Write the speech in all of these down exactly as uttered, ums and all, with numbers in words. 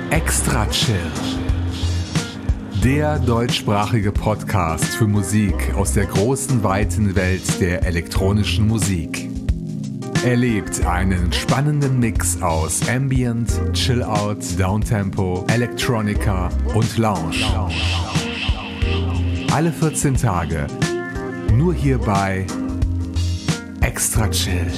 Extra Chill. Der deutschsprachige Podcast für Musik aus der großen, weiten Welt der elektronischen Musik. Erlebt einen spannenden Mix aus Ambient, Chill-Out, Downtempo, Electronica und Lounge. Alle vierzehn Tage, nur hier bei Extra Chill.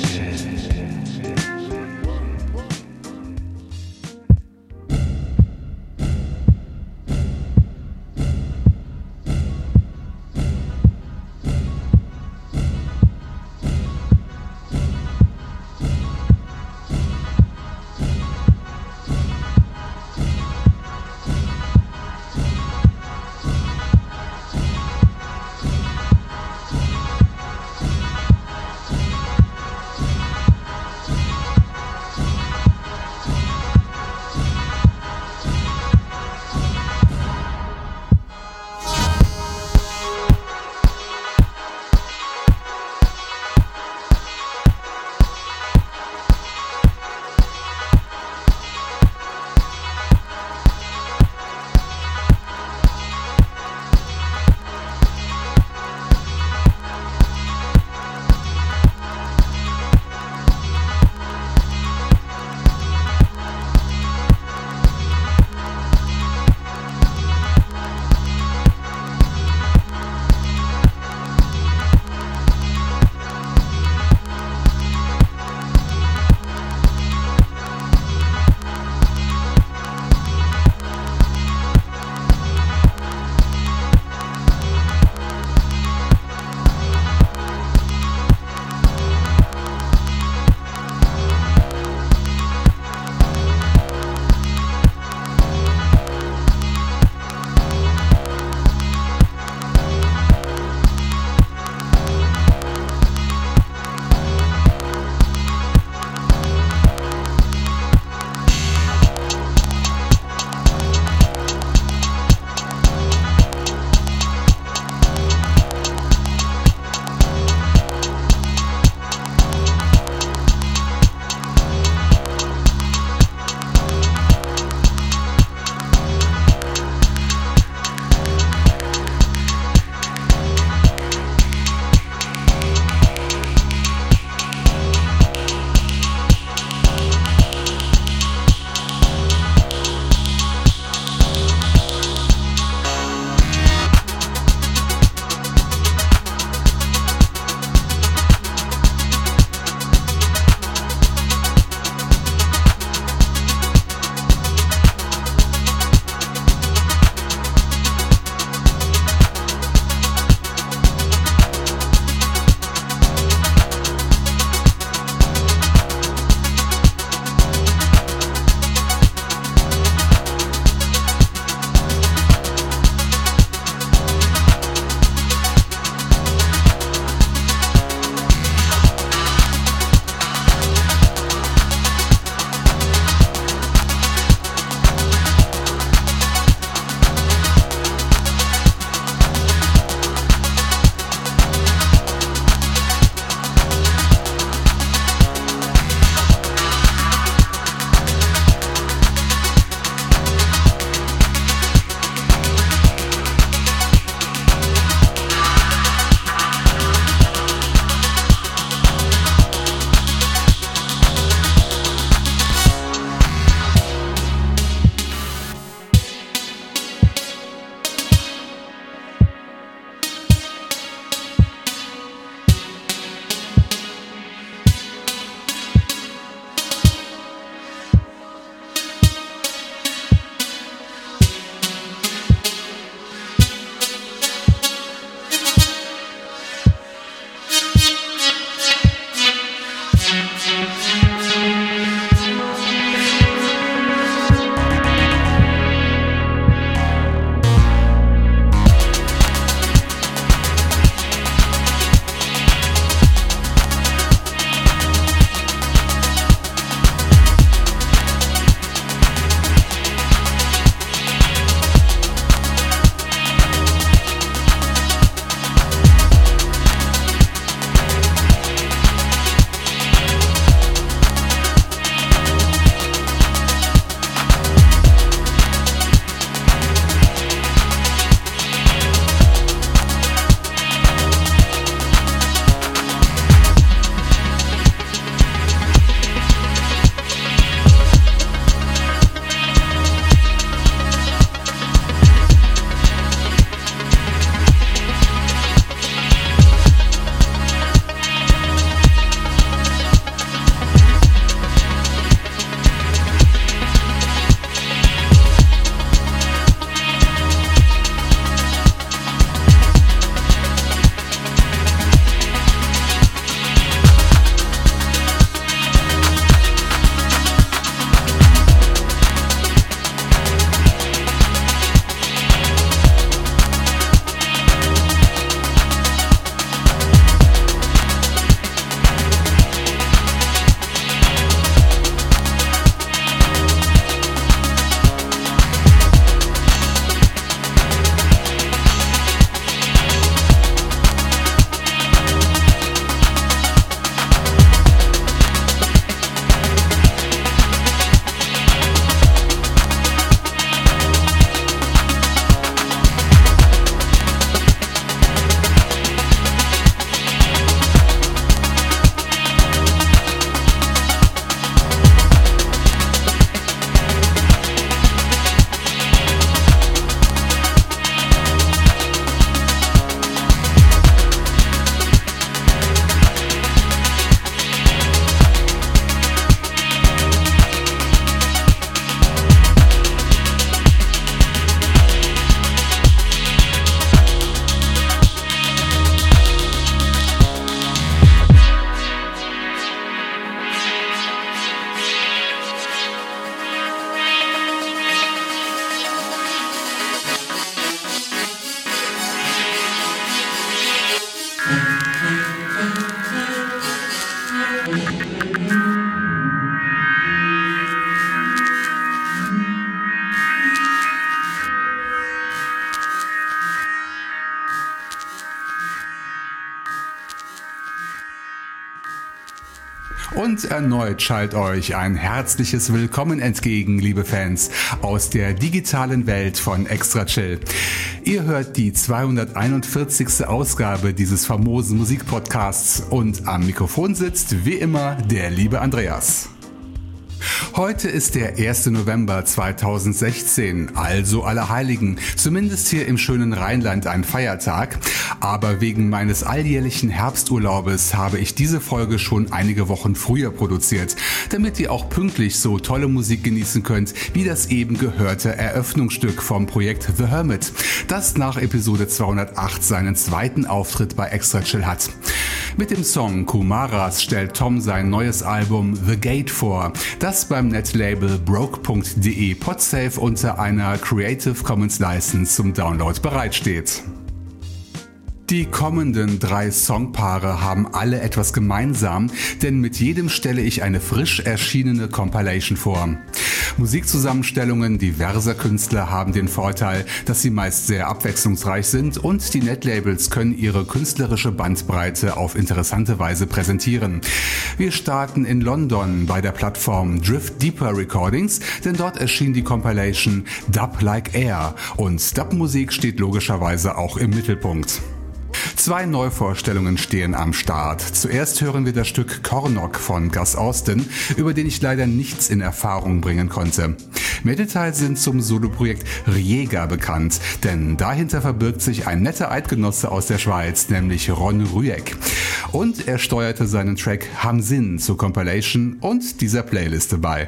Und erneut schallt euch ein herzliches Willkommen entgegen, liebe Fans, aus der digitalen Welt von Extra Chill. Ihr hört die zweihunderteinundvierzigste Ausgabe dieses famosen Musikpodcasts und am Mikrofon sitzt wie immer der liebe Andreas. Heute ist der erste November zweitausendsechzehn, also Allerheiligen, zumindest hier im schönen Rheinland ein Feiertag. Aber wegen meines alljährlichen Herbsturlaubes habe ich diese Folge schon einige Wochen früher produziert, damit ihr auch pünktlich so tolle Musik genießen könnt, wie das eben gehörte Eröffnungsstück vom Projekt The Hermit, das nach Episode zweihundertacht seinen zweiten Auftritt bei Extra Chill hat. Mit dem Song Kumaras stellt Tom sein neues Album The Gate vor, das beim Netlabel broke punkt de Podsafe unter einer Creative Commons License zum Download bereitsteht. Die kommenden drei Songpaare haben alle etwas gemeinsam, denn mit jedem stelle ich eine frisch erschienene Compilation vor. Musikzusammenstellungen diverser Künstler haben den Vorteil, dass sie meist sehr abwechslungsreich sind und die Netlabels können ihre künstlerische Bandbreite auf interessante Weise präsentieren. Wir starten in London bei der Plattform Drift Deeper Recordings, denn dort erschien die Compilation Dub Like Air und Dub-Musik steht logischerweise auch im Mittelpunkt. Zwei Neuvorstellungen stehen am Start. Zuerst hören wir das Stück Cornock von Gus Austin, über den ich leider nichts in Erfahrung bringen konnte. Mehr Details sind zum Soloprojekt Riega bekannt, denn dahinter verbirgt sich ein netter Eidgenosse aus der Schweiz, nämlich Ron Rüegg. Und er steuerte seinen Track Hamsin zur Compilation und dieser Playliste bei.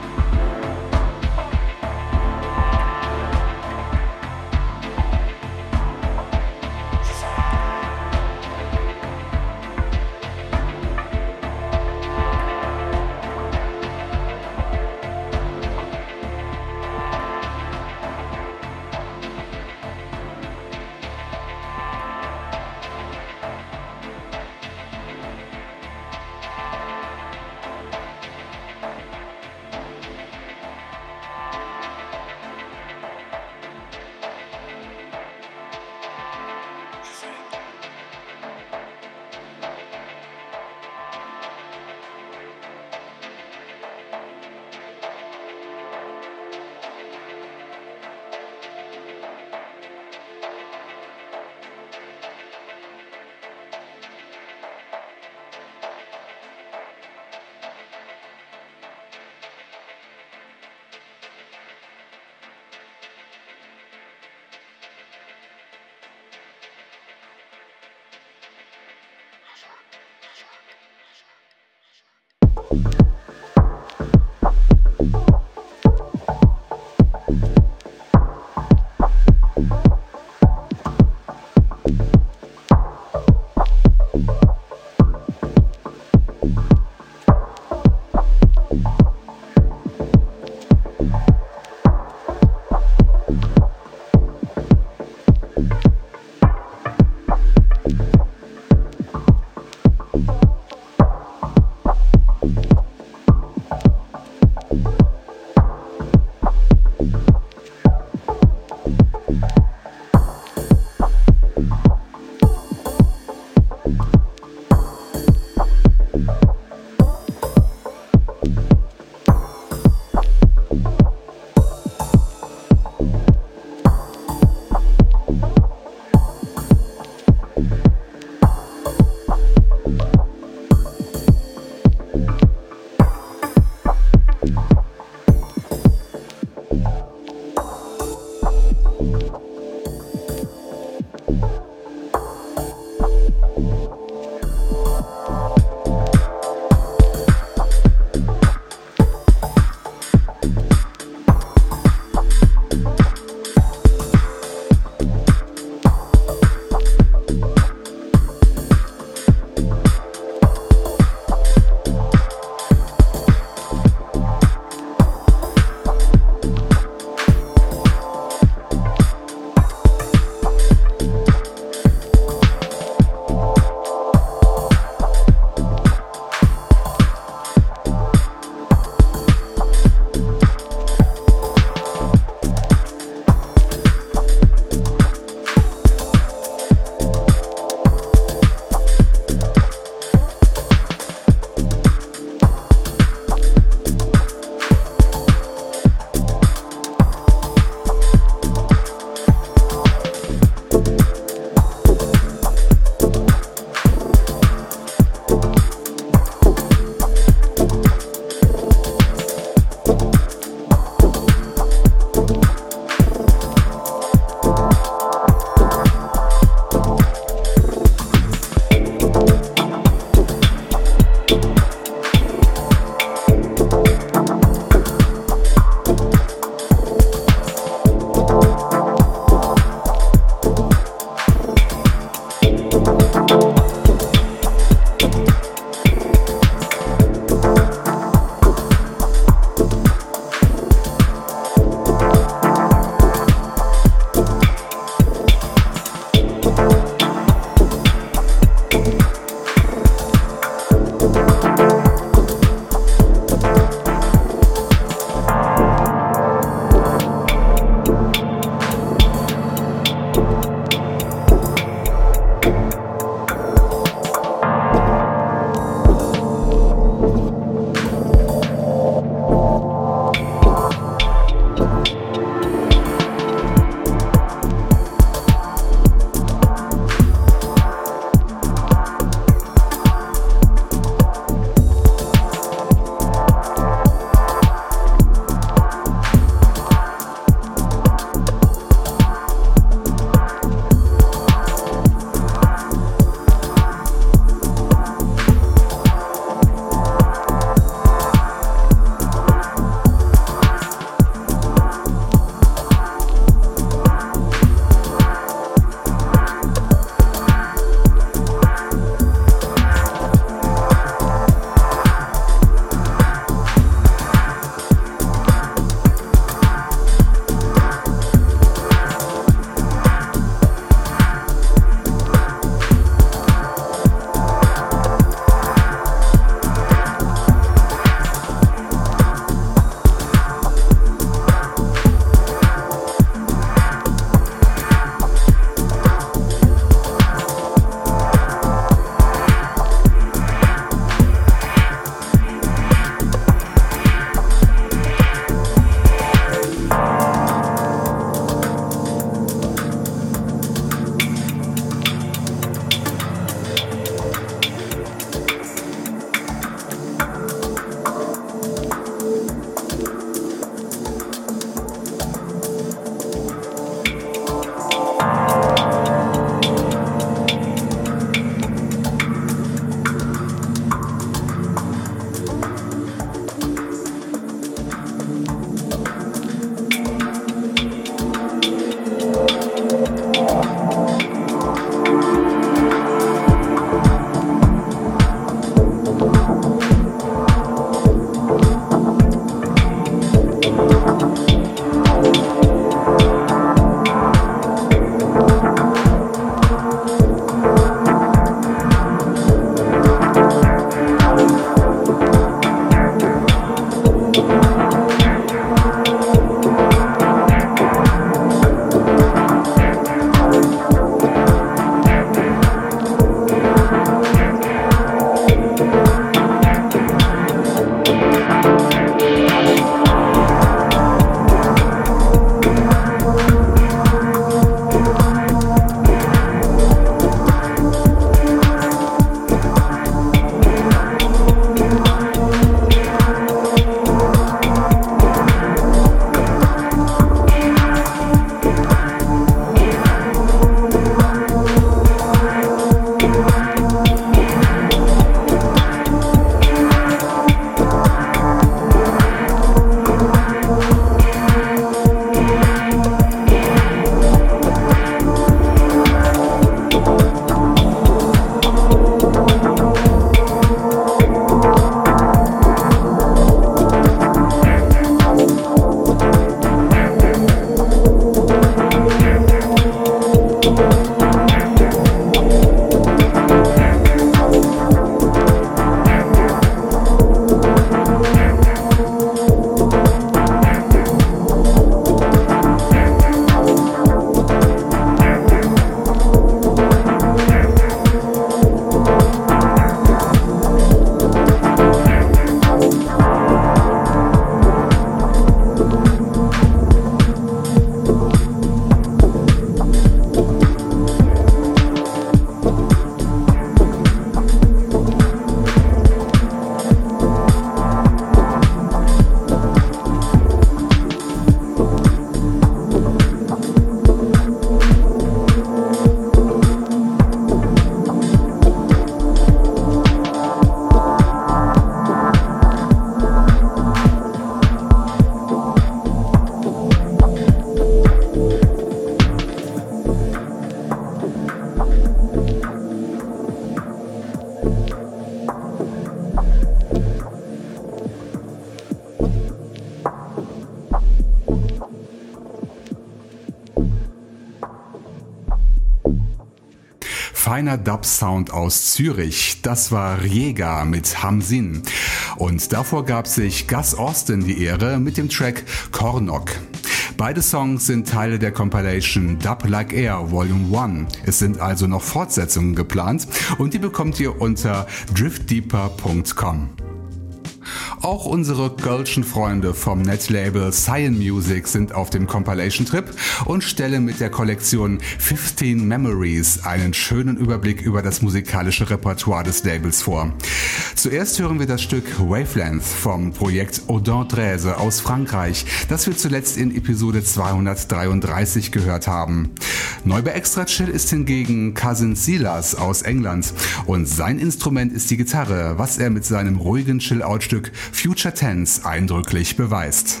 feiner Dub-Sound aus Zürich. Das war Riega mit Hamsin. Und davor gab sich Gus Austin die Ehre mit dem Track Kornok. Beide Songs sind Teile der Compilation Dub Like Air Volume eins. Es sind also noch Fortsetzungen geplant und die bekommt ihr unter drift deeper punkt com. Auch unsere kölschen Freunde vom Netlabel Cyan Music sind auf dem Compilation-Trip und stellen mit der Kollektion fifteen Memories einen schönen Überblick über das musikalische Repertoire des Labels vor. Zuerst hören wir das Stück Wavelength vom Projekt Audin dreizehn aus Frankreich, das wir zuletzt in Episode zweihundertdreiunddreißig gehört haben. Neu bei Extra Chill ist hingegen Cousin Silas aus England und sein Instrument ist die Gitarre, was er mit seinem ruhigen Chill-Out-Stück Future Tense eindrücklich beweist.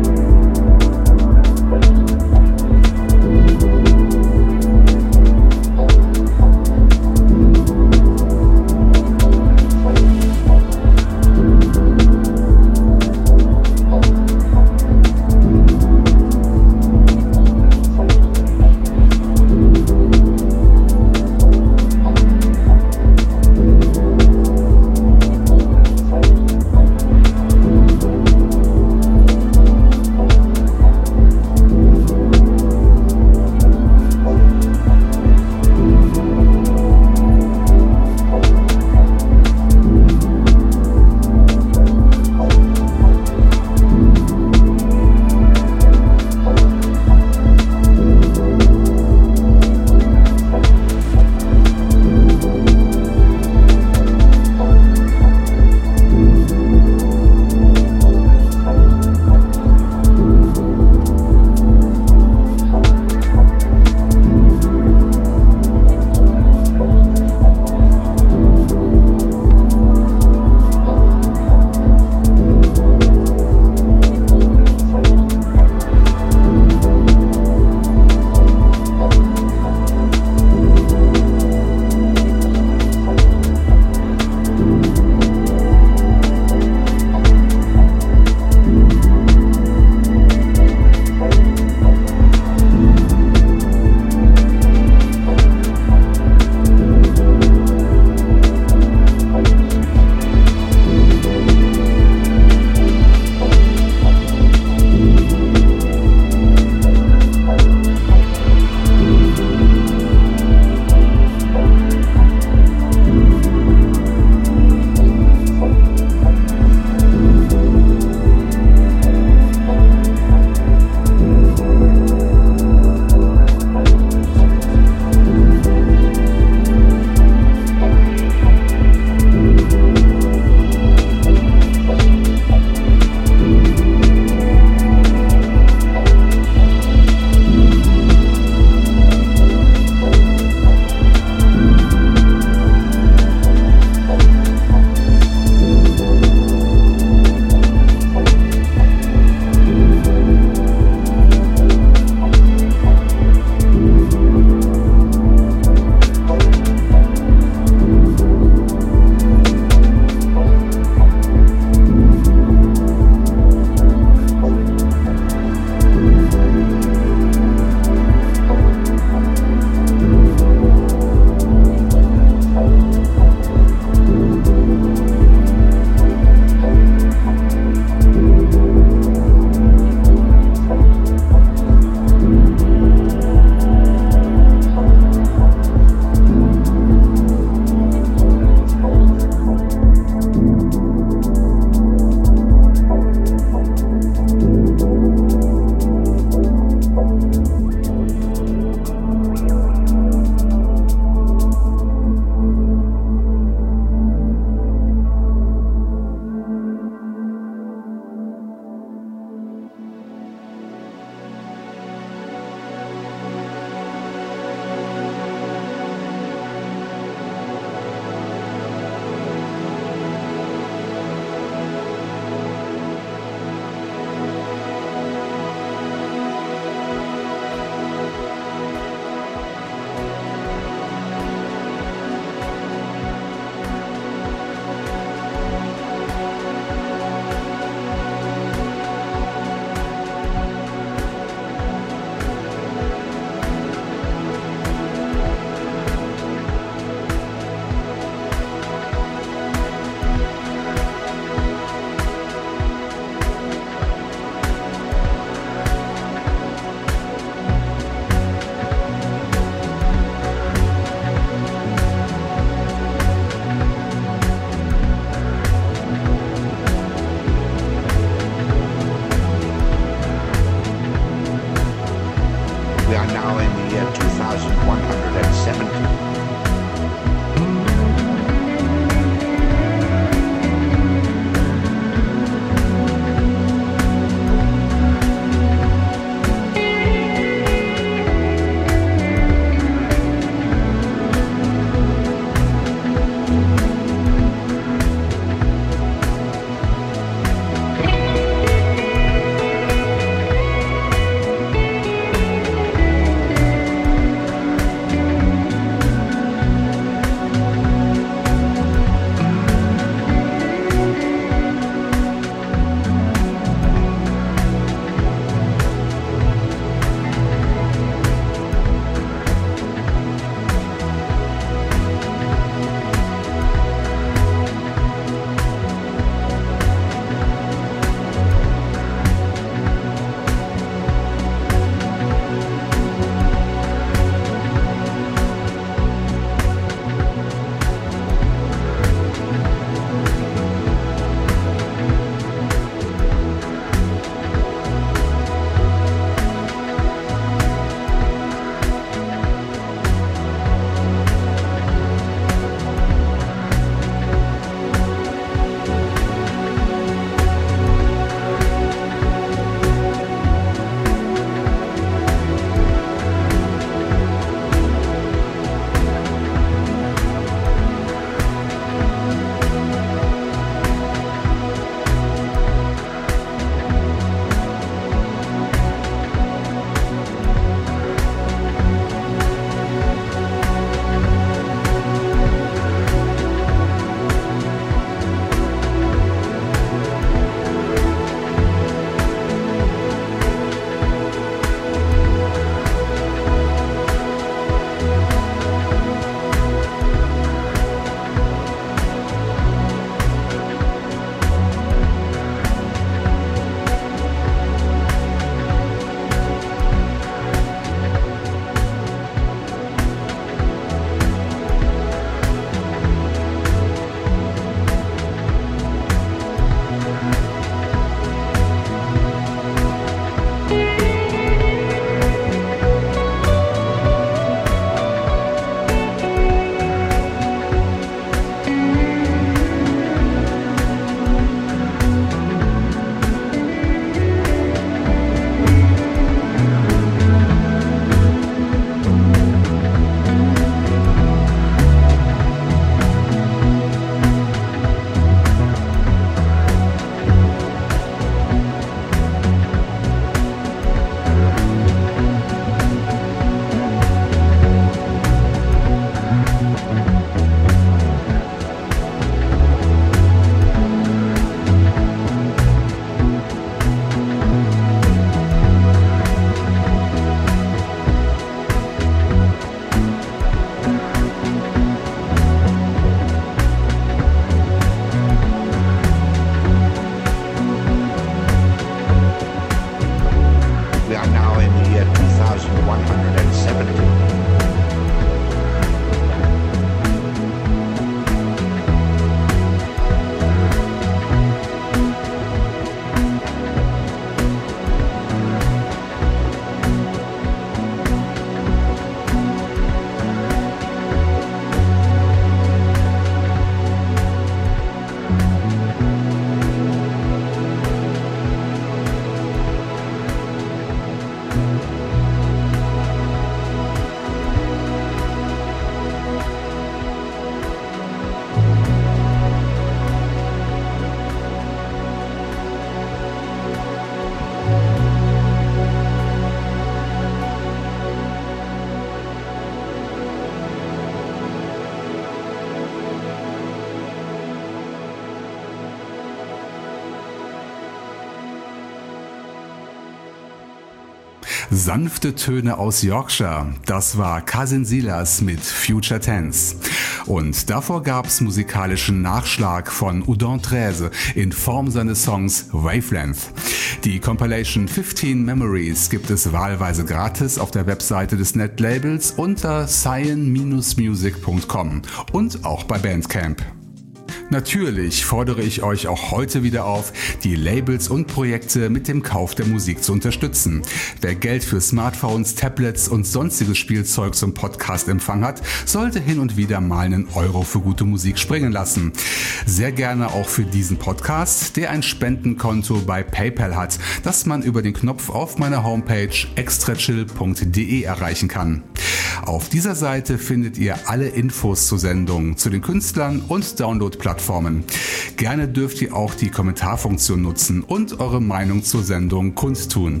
Sanfte Töne aus Yorkshire, das war Cousin Silas mit Future Tense. Und davor gab's musikalischen Nachschlag von Udon dreizehn in Form seines Songs Wavelength. Die Compilation fifteen Memories gibt es wahlweise gratis auf der Webseite des Netlabels unter cyan Bindestrich music punkt com und auch bei Bandcamp. Natürlich fordere ich euch auch heute wieder auf, die Labels und Projekte mit dem Kauf der Musik zu unterstützen. Wer Geld für Smartphones, Tablets und sonstiges Spielzeug zum Podcast-Empfang hat, sollte hin und wieder mal einen Euro für gute Musik springen lassen. Sehr gerne auch für diesen Podcast, der ein Spendenkonto bei PayPal hat, das man über den Knopf auf meiner Homepage extrachill punkt de erreichen kann. Auf dieser Seite findet ihr alle Infos zur Sendung, zu den Künstlern und Download-Plattformen. Gerne dürft ihr auch die Kommentarfunktion nutzen und eure Meinung zur Sendung kundtun.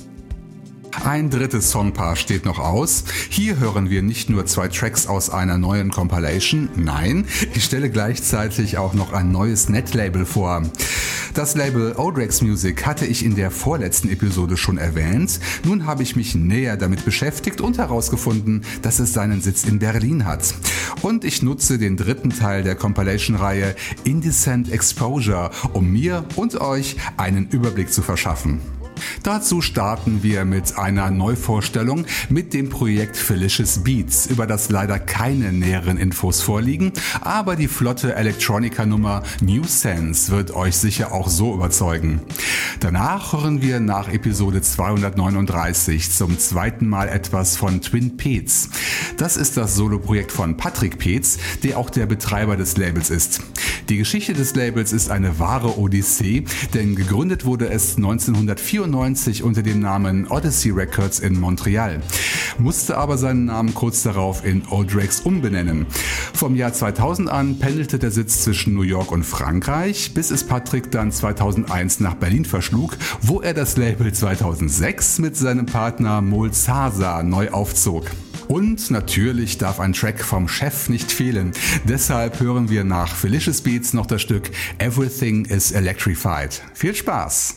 Ein drittes Songpaar steht noch aus. Hier hören wir nicht nur zwei Tracks aus einer neuen Compilation, nein, ich stelle gleichzeitig auch noch ein neues Netlabel vor. Das Label Odrex Music hatte ich in der vorletzten Episode schon erwähnt. Nun habe ich mich näher damit beschäftigt und herausgefunden, dass es seinen Sitz in Berlin hat. Und ich nutze den dritten Teil der Compilation-Reihe Indecent Exposure, um mir und euch einen Überblick zu verschaffen. Dazu starten wir mit einer Neuvorstellung mit dem Projekt Felicious Beats, über das leider keine näheren Infos vorliegen, aber die flotte Electronica-Nummer New Sense wird euch sicher auch so überzeugen. Danach hören wir nach Episode zweihundertneununddreißig zum zweiten Mal etwas von Twin Peaks. Das ist das Soloprojekt von Patrick Peetz, der auch der Betreiber des Labels ist. Die Geschichte des Labels ist eine wahre Odyssee, denn gegründet wurde es neunzehnhundertvierundneunzig unter dem Namen Odyssey Records in Montreal, musste aber seinen Namen kurz darauf in Odrex umbenennen. Vom Jahr zweitausend an pendelte der Sitz zwischen New York und Frankreich, bis es Patrick dann zweitausendeins nach Berlin verschlug, wo er das Label zweitausendsechs mit seinem Partner Mol Sasa neu aufzog. Und natürlich darf ein Track vom Chef nicht fehlen. Deshalb hören wir nach Felicious Beats noch das Stück Everything is Electrified. Viel Spaß!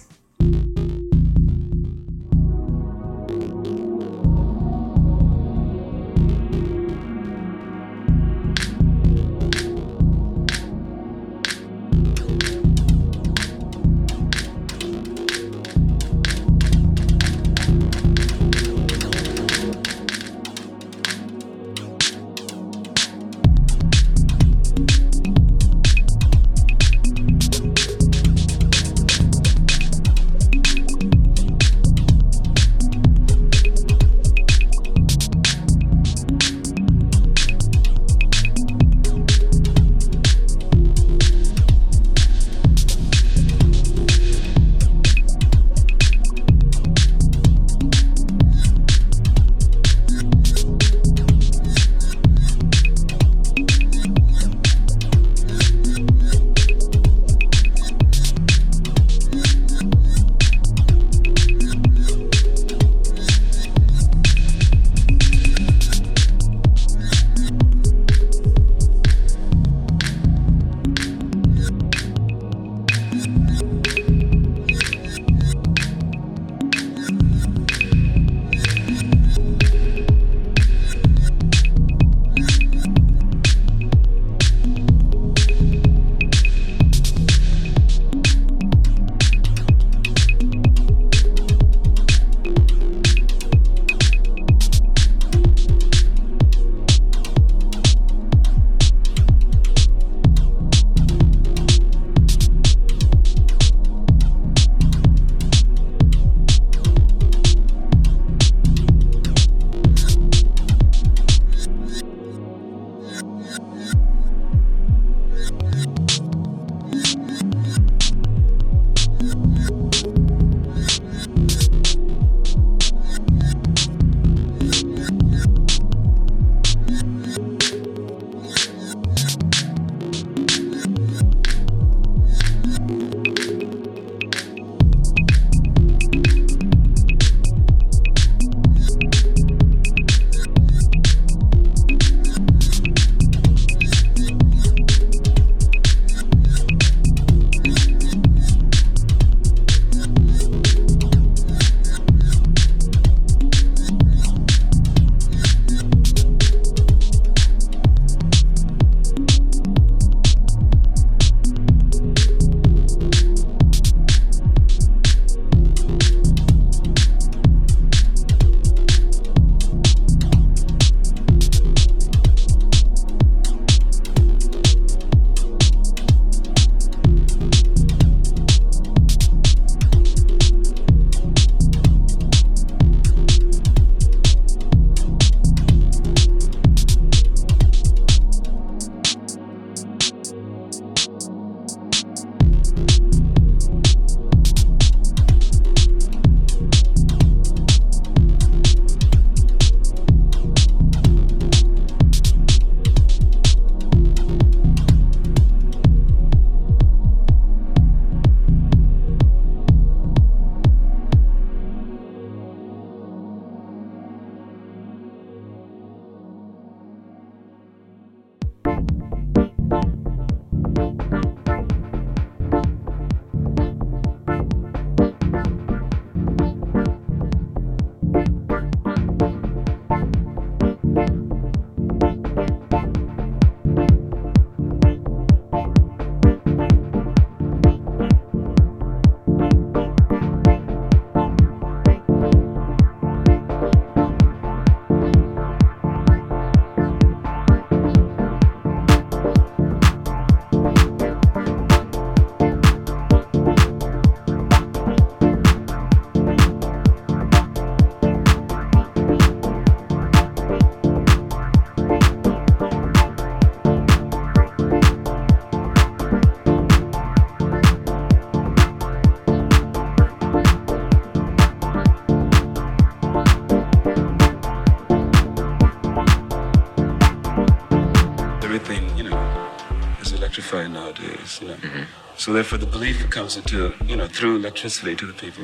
Nowadays, you know. Mm-hmm. So therefore the belief comes into, you know, through electricity to the people.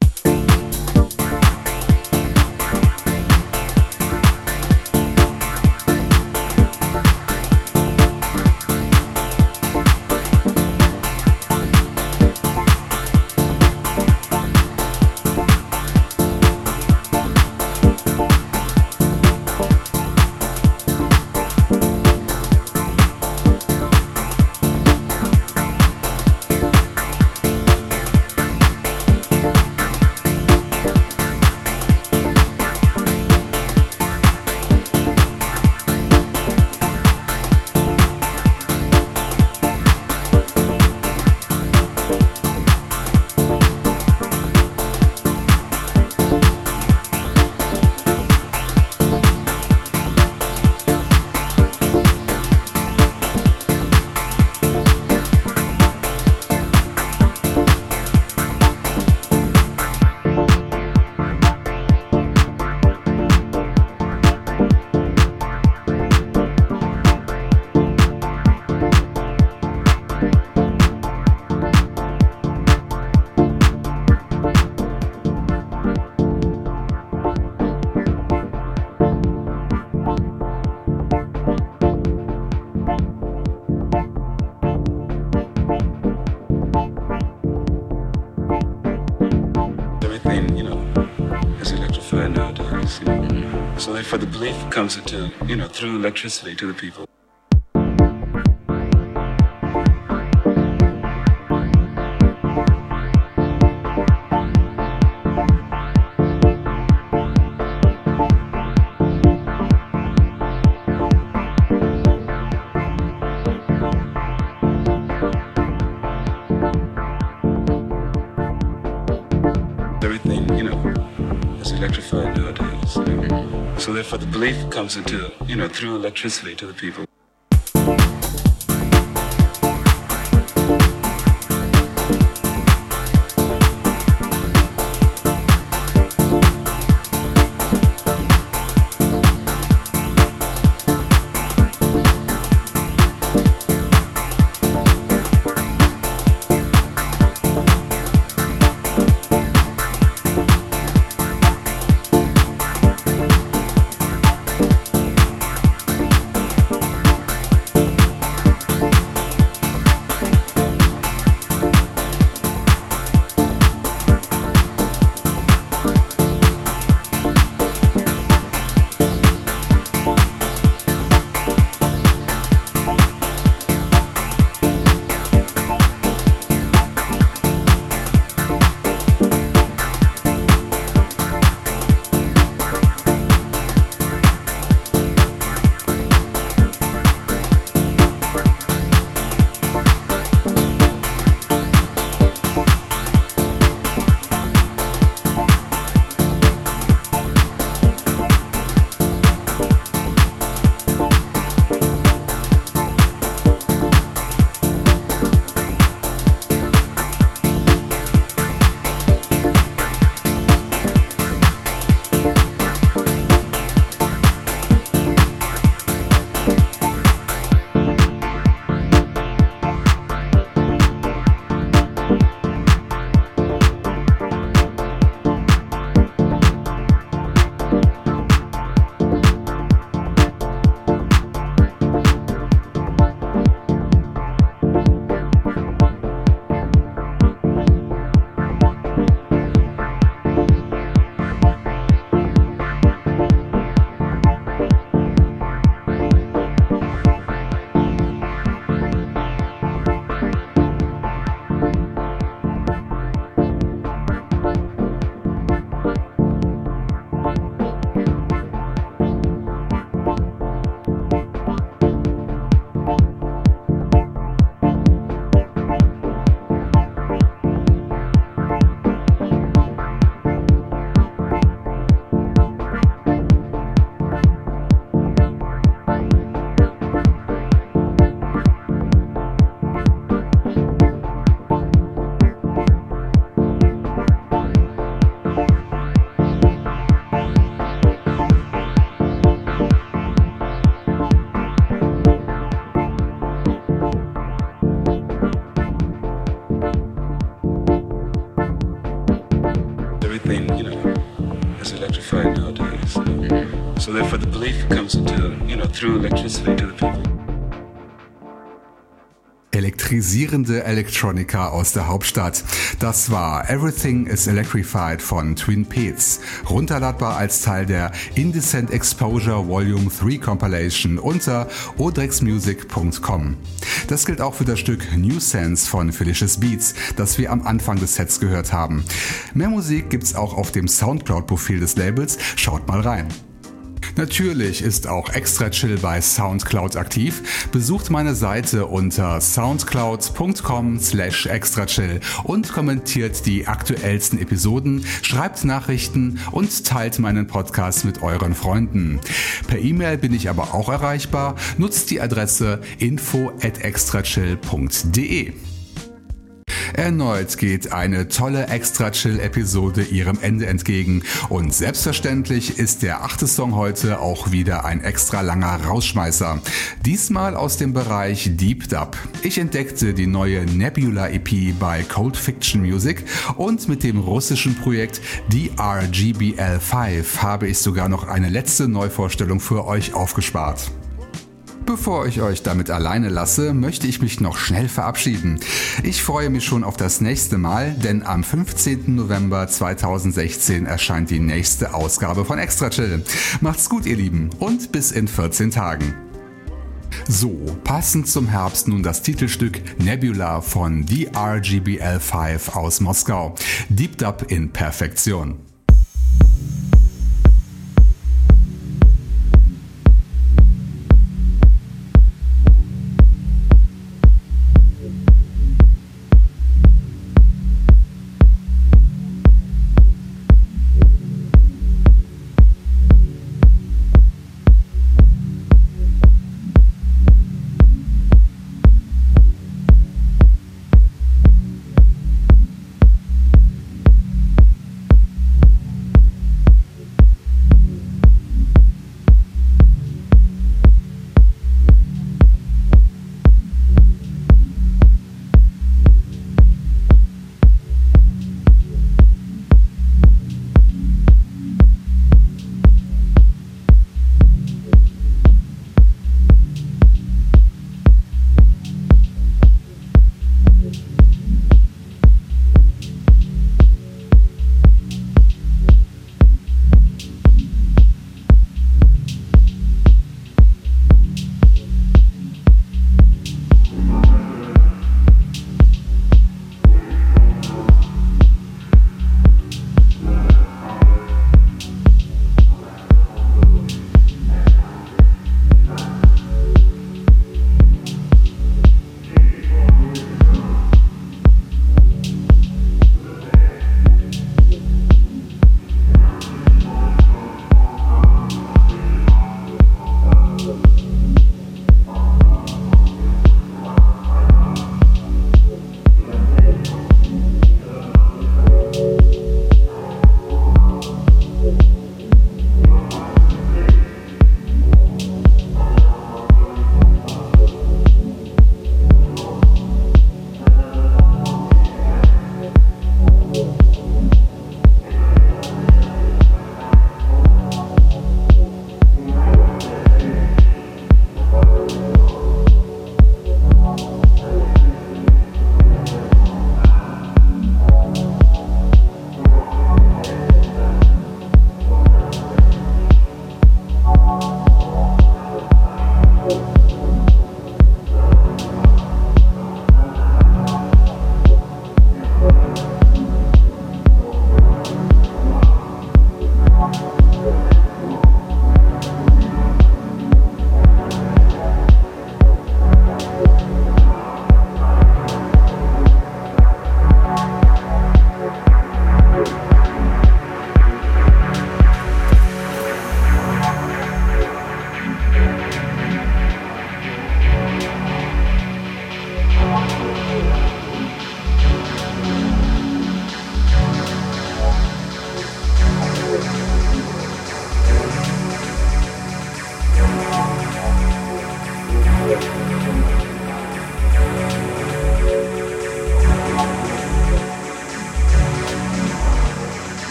So therefore the belief comes into, you know, through electricity to the people. Everything, you know, is electrified nowadays. You know? So therefore the belief comes into, you know, through electricity to the people. everything, you know, is electrified nowadays. So therefore the belief comes into, you know, through electricity to the people. Elektrisierende Elektronika aus der Hauptstadt. Das war Everything is Electrified von Twin Peaks, runterladbar als Teil der Indecent Exposure Volume drei Compilation unter odrexmusic punkt com. Das gilt auch für das Stück New Sense von Felicious Beats, das wir am Anfang des Sets gehört haben. Mehr Musik gibt's auch auf dem Soundcloud-Profil des Labels, schaut mal rein. Natürlich ist auch Extra Chill bei Soundcloud aktiv. Besucht meine Seite unter soundcloud punkt com slash extrachill und kommentiert die aktuellsten Episoden, schreibt Nachrichten und teilt meinen Podcast mit euren Freunden. Per E-Mail bin ich aber auch erreichbar. Nutzt die Adresse info at extrachill punkt de. Erneut geht eine tolle Extra-Chill-Episode ihrem Ende entgegen und selbstverständlich ist der achte Song heute auch wieder ein extra langer Rausschmeißer. Diesmal aus dem Bereich Deep Dub. Ich entdeckte die neue Nebula-E P bei Cold Fiction Music und mit dem russischen Projekt D R G B L fünf habe ich sogar noch eine letzte Neuvorstellung für euch aufgespart. Bevor ich euch damit alleine lasse, möchte ich mich noch schnell verabschieden. Ich freue mich schon auf das nächste Mal, denn am fünfzehnten November zweitausendsechzehn erscheint die nächste Ausgabe von Extra Chill. Macht's gut, ihr Lieben, und bis in vierzehn Tagen. So, passend zum Herbst nun das Titelstück Nebula von D R G B L fünf aus Moskau. Deep Dub in Perfektion.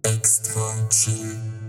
Extra chill.